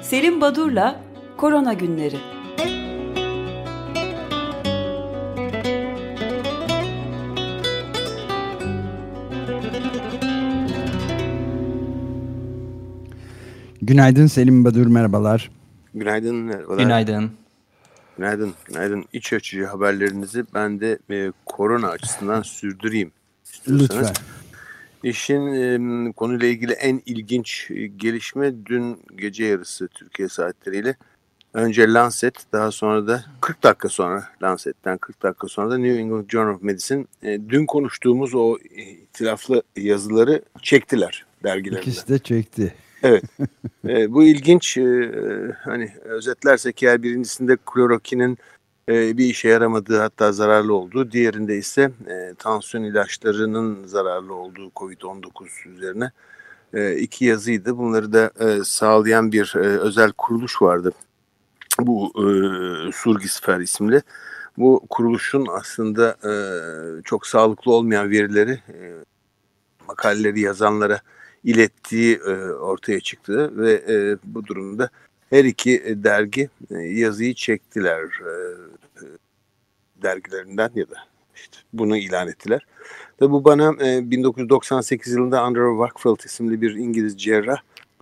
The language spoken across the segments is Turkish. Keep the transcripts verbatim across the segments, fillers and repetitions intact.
Selim Badur'la Korona Günleri. Günaydın Selim Badur, merhabalar. Günaydın, merhabalar. Günaydın. Günaydın, günaydın. İç açıcı haberlerinizi ben de e, korona açısından sürdüreyim istiyorsanız. Lütfen. İşin e, konuyla ilgili en ilginç e, gelişme dün gece yarısı Türkiye saatleriyle. Önce Lancet, daha sonra da kırk dakika sonra, Lancet'ten kırk dakika sonra da New England Journal of Medicine e, dün konuştuğumuz o e, ihtilaflı yazıları çektiler dergilerinde. İkisi de çekti. Evet. e, bu ilginç. E, hani özetlersek eğer birincisinde klorokinin e, bir işe yaramadığı, hatta zararlı olduğu, diğerinde ise e, tansiyon ilaçlarının zararlı olduğu kovid on dokuz üzerine e, iki yazıydı. Bunları da e, sağlayan bir e, özel kuruluş vardı. Bu e, Surgisfer isimli. Bu kuruluşun aslında e, çok sağlıklı olmayan verileri e, makaleleri yazanlara ilettiği e, ortaya çıktı ve e, bu durumda her iki e, dergi e, yazıyı çektiler e, e, dergilerinden ya da işte bunu ilan ettiler. Tabi bu bana e, bin dokuz yüz doksan sekiz yılında Andrew Wakefield isimli bir İngiliz cerrah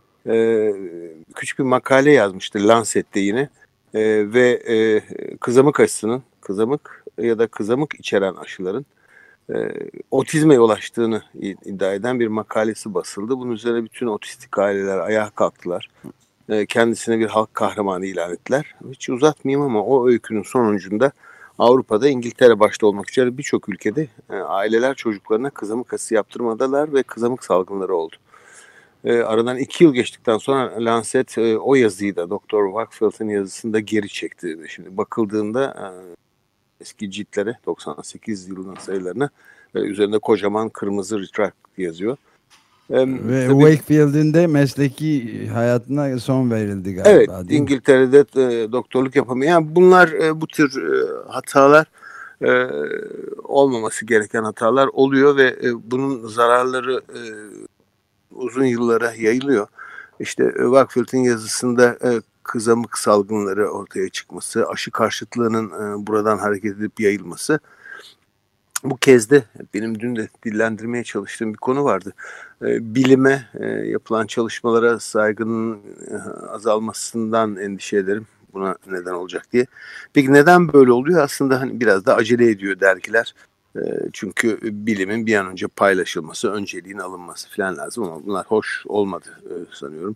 e, küçük bir makale yazmıştı Lancet'te yine e, ve e, kızamık aşısının, kızamık ya da kızamık içeren aşıların E, otizme yol açtığını iddia eden bir makalesi basıldı. Bunun üzerine bütün otistik aileler ayağa kalktılar. E, kendisine bir halk kahramanı ilan ettiler. Hiç uzatmayayım ama o öykünün sonucunda Avrupa'da, İngiltere başta olmak üzere birçok ülkede e, aileler çocuklarına kızamık aşısı yaptırmadılar ve kızamık salgınları oldu. E, aradan iki yıl geçtikten sonra Lancet e, o yazıyı da doktor Wakefield'in yazısında geri çekti. Şimdi bakıldığında e, eski ciltlere, doksan sekiz yılının sayılarına ve üzerinde kocaman kırmızı retract yazıyor. Ee, ve tabii, Wakefield'in de mesleki hayatına son verildi galiba. Evet, değil İngiltere'de e, doktorluk yapamıyor. Yani bunlar e, bu tür e, hatalar e, olmaması gereken hatalar oluyor ve e, bunun zararları e, uzun yıllara yayılıyor. İşte e, Wakefield'in yazısında e, kızamık salgınları ortaya çıkması, aşı karşıtlığının e, buradan hareket edip yayılması. Bu kez de benim dün de dillendirmeye çalıştığım bir konu vardı. E, bilime e, yapılan çalışmalara saygının e, azalmasından endişe ederim. Buna neden olacak diye. Peki neden böyle oluyor? Aslında hani biraz da acele ediyor dergiler. E, çünkü bilimin bir an önce paylaşılması, önceliğin alınması falan lazım ama bunlar hoş olmadı e, sanıyorum.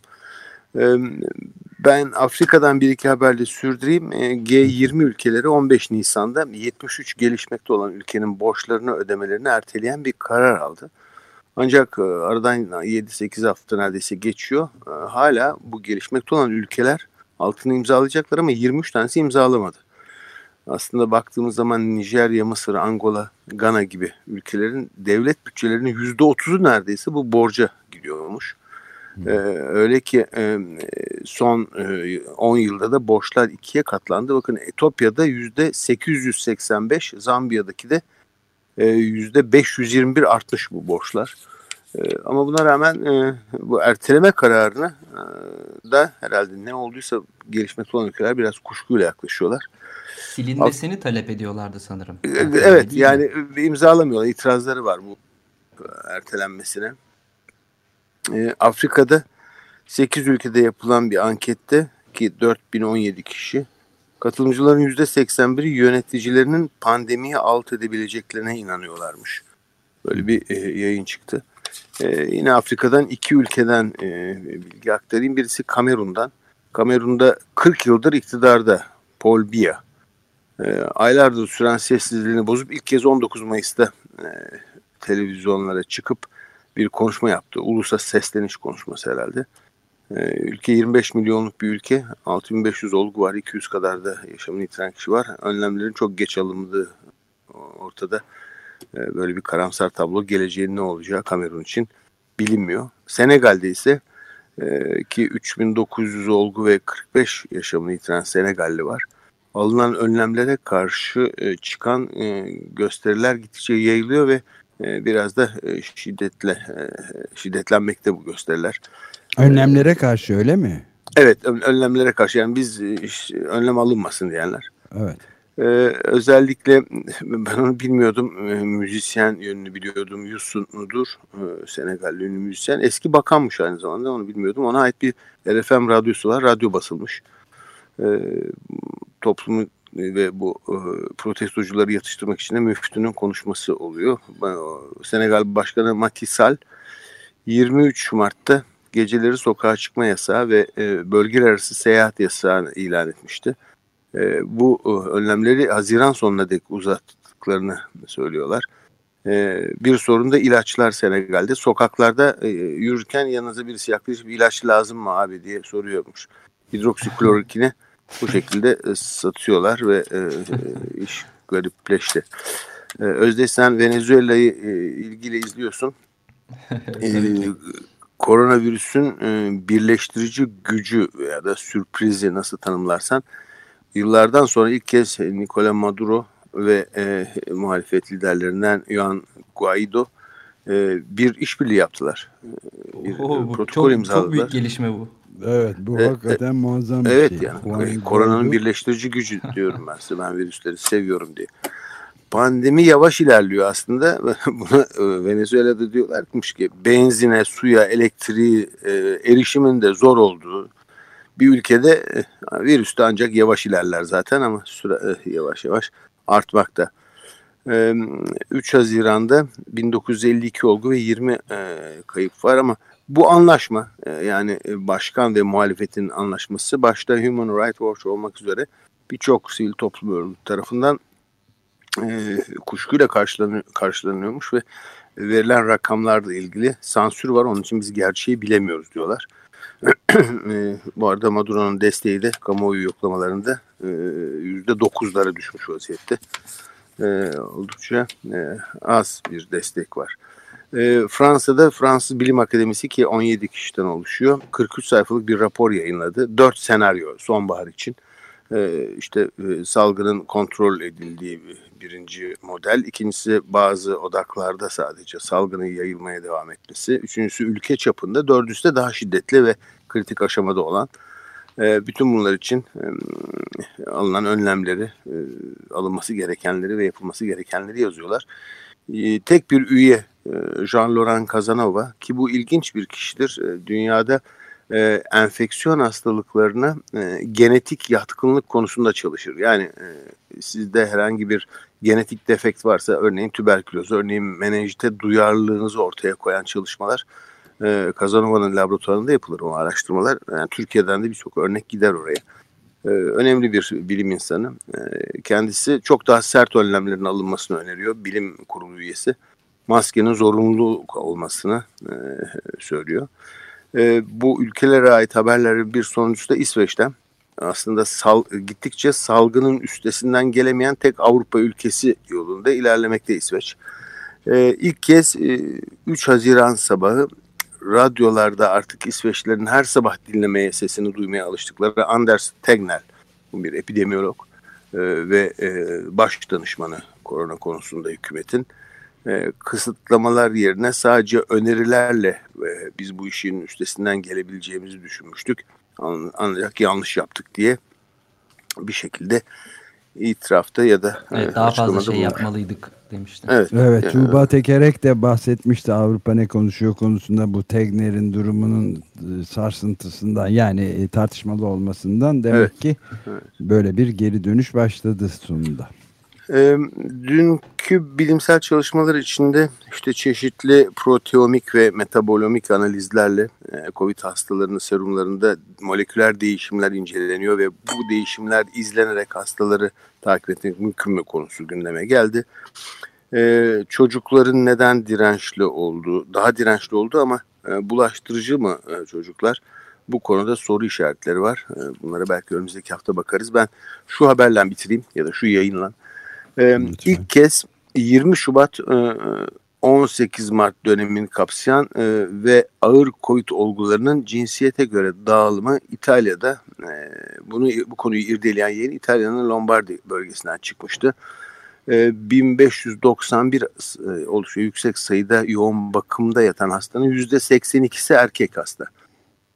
Ben Afrika'dan bir iki haberle sürdüreyim. G yirmi ülkeleri on beş Nisan'da yetmiş üç gelişmekte olan ülkenin borçlarını ödemelerini erteleyen bir karar aldı. Ancak aradan yedi sekiz hafta neredeyse geçiyor. Hala bu gelişmekte olan ülkeler altını imzalayacaklar ama yirmi üç tanesi imzalamadı. Aslında baktığımız zaman Nijerya, Mısır, Angola, Gana gibi ülkelerin devlet bütçelerinin yüzde otuzu neredeyse bu borca gidiyormuş. Ee, öyle ki e, son e, on yılda da borçlar ikiye katlandı. Bakın Etiyopya'da yüzde sekiz yüz seksen beş, Zambiya'daki de e, yüzde beş yüz yirmi bir artmış bu borçlar. E, ama buna rağmen e, bu erteleme kararına e, da herhalde ne olduysa gelişmekte olan ülkeler biraz kuşkuyla yaklaşıyorlar. Silinmesini Alt... talep ediyorlardı sanırım. E, evet yani mi? imzalamıyorlar. İtirazları var bu ertelenmesine. E, Afrika'da sekiz ülkede yapılan bir ankette ki dört bin on yedi kişi, katılımcıların yüzde seksen biri yöneticilerinin pandemiyi alt edebileceklerine inanıyorlarmış. Böyle bir e, yayın çıktı. E, yine Afrika'dan iki ülkeden e, bilgi aktarayım. Birisi Kamerun'dan. Kamerun'da kırk yıldır iktidarda Paul Biya. E, aylardır süren sessizliğini bozup ilk kez on dokuz Mayıs'ta e, televizyonlara çıkıp bir konuşma yaptı. Ulusa sesleniş konuşması herhalde. Ee, ülke yirmi beş milyonluk bir ülke. altı bin beş yüz olgu var. iki yüz kadar da yaşamını yitiren kişi var. Önlemlerin çok geç alındığı ortada. Ee, böyle bir karamsar tablo. Geleceğin ne olacağı Kamerun için bilinmiyor. Senegal'de ise e, ki üç bin dokuz yüz olgu ve kırk beş yaşamını yitiren Senegalli var. Alınan önlemlere karşı e, çıkan e, gösteriler gittikçe yayılıyor ve biraz da şiddetle şiddetlenmekte bu gösteriler. Önlemlere karşı öyle mi? Evet, önlemlere karşı, yani biz işte, önlem alınmasın diyenler. Evet. Ee, özellikle ben onu bilmiyordum, e, müzisyen yönünü biliyordum. Youssou N'Dour, e, Senegalli ünlü müzisyen, eski bakanmış aynı zamanda, onu bilmiyordum. Ona ait bir R F M radyosu var, radyo basılmış. E, toplumu ve bu e, protestocuları yatıştırmak için de müftünün konuşması oluyor. Senegal Başkanı Macky Sall yirmi üç Mart'ta geceleri sokağa çıkma yasağı ve e, bölgeler arası seyahat yasağını ilan etmişti. E, bu e, önlemleri Haziran sonuna dek uzattıklarını söylüyorlar. E, bir sorun da ilaçlar Senegal'de. Sokaklarda e, yürürken yanınıza birisi yaklaşıp ilaç lazım mı abi diye soruyormuş. Hidroksiklorokini bu şekilde e, satıyorlar ve e, e, iş garipleşti. E, Özdeş, sen Venezuela'yı e, ilgili izliyorsun. e, koronavirüsün e, birleştirici gücü ya da sürprizi nasıl tanımlarsan, yıllardan sonra ilk kez Nicolás Maduro ve e, muhalefet liderlerinden Juan Guaido e, bir işbirliği yaptılar. E, bir Oo, bu protokol çok, imzaladılar. çok büyük gelişme bu. Evet, bu E, hakikaten e, muazzam bir evet, şey. yani Juan koronanın Guaido. birleştirici gücü diyorum ben size. Ben virüsleri seviyorum diye. Pandemi yavaş ilerliyor aslında. Buna Venezuela'da diyorlarmış ki benzine, suya, elektriği e, erişimin de zor olduğu bir ülkede e, virüs de ancak yavaş ilerler zaten, ama süre e, yavaş yavaş artmakta. E, üç Haziran'da bin dokuz yüz elli iki olgu ve yirmi e, kayıp var, ama bu anlaşma e, yani başkan ve muhalefetin anlaşması, başta Human Rights Watch olmak üzere birçok sivil toplum örgütü tarafından e, kuşkuyla karşılanıyor, karşılanıyormuş ve verilen rakamlarla ilgili sansür var. Onun için biz gerçeği bilemiyoruz diyorlar. e, bu arada Maduro'nun desteği de kamuoyu yoklamalarında yüzde dokuzlara düşmüş vaziyette. E, oldukça e, az bir destek var. E, Fransa'da Fransız Bilim Akademisi, ki on yedi kişiden oluşuyor, kırk üç sayfalık bir rapor yayınladı. dört senaryo sonbahar için. Ee, işte e, salgının kontrol edildiği birinci model, ikincisi bazı odaklarda sadece salgının yayılmaya devam etmesi, üçüncüsü ülke çapında, dördüncüsü de daha şiddetli ve kritik aşamada olan. E, bütün bunlar için e, alınan önlemleri, e, alınması gerekenleri ve yapılması gerekenleri yazıyorlar. E, tek bir üye e, Jean-Laurent Casanova, ki bu ilginç bir kişidir. E, dünyada e, enfeksiyon hastalıklarına e, genetik yatkınlık konusunda çalışır. Yani e, sizde herhangi bir genetik defekt varsa, örneğin tüberküloz, örneğin menenjite duyarlılığınızı ortaya koyan çalışmalar e, Casanova'nın laboratuvarında yapılır o araştırmalar. Yani Türkiye'den de birçok örnek gider oraya. E, önemli bir bilim insanı. E, kendisi çok daha sert önlemlerin alınmasını öneriyor. Bilim kurulu üyesi. Maskenin zorunlu olmasını e, söylüyor. E, bu ülkelere ait haberlerin bir sonucu da İsveç'ten. Aslında sal, gittikçe salgının üstesinden gelemeyen tek Avrupa ülkesi yolunda ilerlemekte İsveç. E, ilk kez e, üç Haziran sabahı radyolarda artık İsveçlilerin her sabah dinlemeye, sesini duymaya alıştıkları Anders Tegnell, bir epidemiyolog e, ve e, baş danışmanı korona konusunda hükümetin, e, kısıtlamalar yerine sadece önerilerle e, biz bu işin üstesinden gelebileceğimizi düşünmüştük. Ancak yanlış yaptık diye bir şekilde itirafta ya da evet, daha fazla şey bulunur. yapmalıydık demişti. Evet, evet yani, Tuğba Tekerek de bahsetmişti Avrupa ne konuşuyor konusunda, bu Tegner'in durumunun sarsıntısından, yani tartışmalı olmasından. Demek evet. ki evet. böyle bir geri dönüş başladı sonunda. E, dünkü bilimsel çalışmalar içinde işte çeşitli proteomik ve metabolomik analizlerle e, COVID hastalarının serumlarında moleküler değişimler inceleniyor ve bu değişimler izlenerek hastaları takip etmek mümkün mü konusu gündeme geldi. E, çocukların neden dirençli olduğu, daha dirençli olduğu ama e, bulaştırıcı mı e, çocuklar? Bu konuda soru işaretleri var. E, bunlara belki önümüzdeki hafta bakarız. Ben şu haberle bitireyim ya da şu yayınla. Ee, ilk kez yirmi Şubat on sekiz Mart dönemini kapsayan e, ve ağır COVID olgularının cinsiyete göre dağılımı İtalya'da, e, bunu bu konuyu irdeleyen yayın İtalya'nın Lombardi bölgesinden çıkmıştı. E, bin beş yüz doksan bir e, oluşuyor yüksek sayıda yoğun bakımda yatan hastanın yüzde seksen ikisi erkek hasta.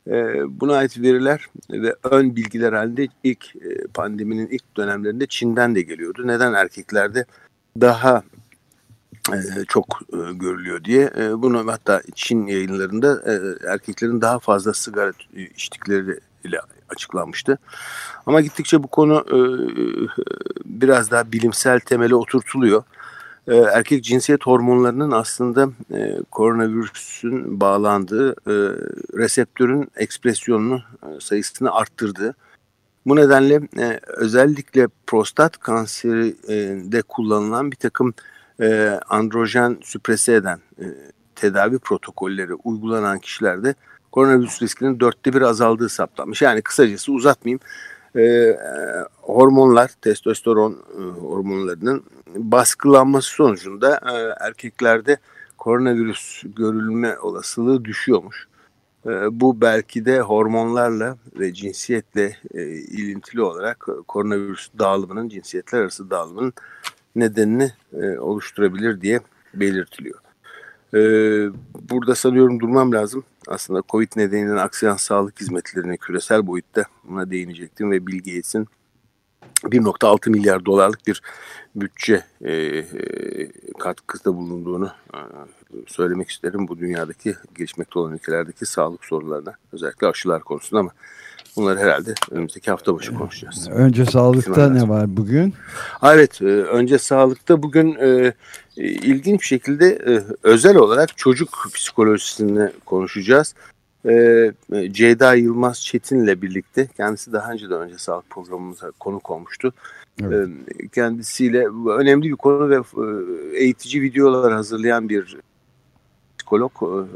Buna ait veriler ve ön bilgiler halinde ilk pandeminin ilk dönemlerinde Çin'den de geliyordu. Neden erkeklerde daha çok görülüyor diye. Bunu hatta Çin yayınlarında erkeklerin daha fazla sigara içtikleri ile açıklanmıştı. Ama gittikçe bu konu biraz daha bilimsel temele oturtuluyor. Erkek cinsiyet hormonlarının aslında e, koronavirüsün bağlandığı e, reseptörün ekspresyonunu e, sayısını arttırdığı. Bu nedenle e, özellikle prostat kanserinde kullanılan bir takım e, androjen süprese eden e, tedavi protokolleri uygulanan kişilerde koronavirüs riskinin dörtte bir azaldığı saptanmış. Yani kısacası uzatmayayım. E, hormonlar, testosteron e, hormonlarının baskılanması sonucunda e, erkeklerde koronavirüs görülme olasılığı düşüyormuş. E, bu belki de hormonlarla ve cinsiyetle e, ilintili olarak e, koronavirüs dağılımının, cinsiyetler arası dağılımının nedenini e, oluşturabilir diye belirtiliyor. E, burada sanıyorum durmam lazım. Aslında Covid nedeniyle aksayan sağlık hizmetlerine küresel boyutta buna değinecektim ve Bill Gates'in bir nokta altı milyar dolarlık bir bütçe e, e, katkıda bulunduğunu e, söylemek isterim bu dünyadaki gelişmekte olan ülkelerdeki sağlık sorunlarına, özellikle aşılar konusunda, ama bunları herhalde önümüzdeki hafta başı konuşacağız. Önce sağlıkta ne var bugün? Evet, e, önce sağlıkta bugün e, ilginç bir şekilde e, özel olarak çocuk psikolojisini konuşacağız. Ee, Ceyda Yılmaz Çetin'le birlikte, kendisi daha önce de önce sağlık programımıza konuk olmuştu. Evet. Ee, kendisiyle önemli bir konu ve eğitici videolar hazırlayan bir psikolog.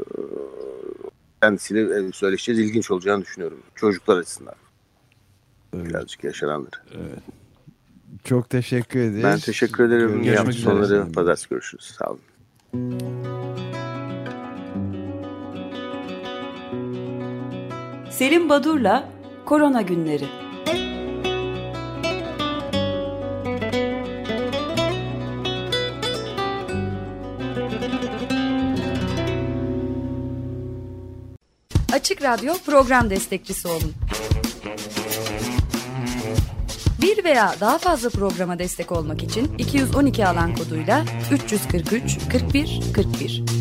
Kendisiyle söyleşeceğiz. İlginç olacağını düşünüyorum çocuklar açısından. Evet. Birazcık yaşananları. Evet. Çok teşekkür ederiz. Ben teşekkür ederim. Görüşmek üzere. Pazartesi görüşürüz. Sağ olun. Selim Badur'la Korona Günleri. Açık Radyo program destekçisi olun. Bir veya daha fazla programa destek olmak için iki yüz on iki alan koduyla üç yüz kırk üç kırk bir kırk bir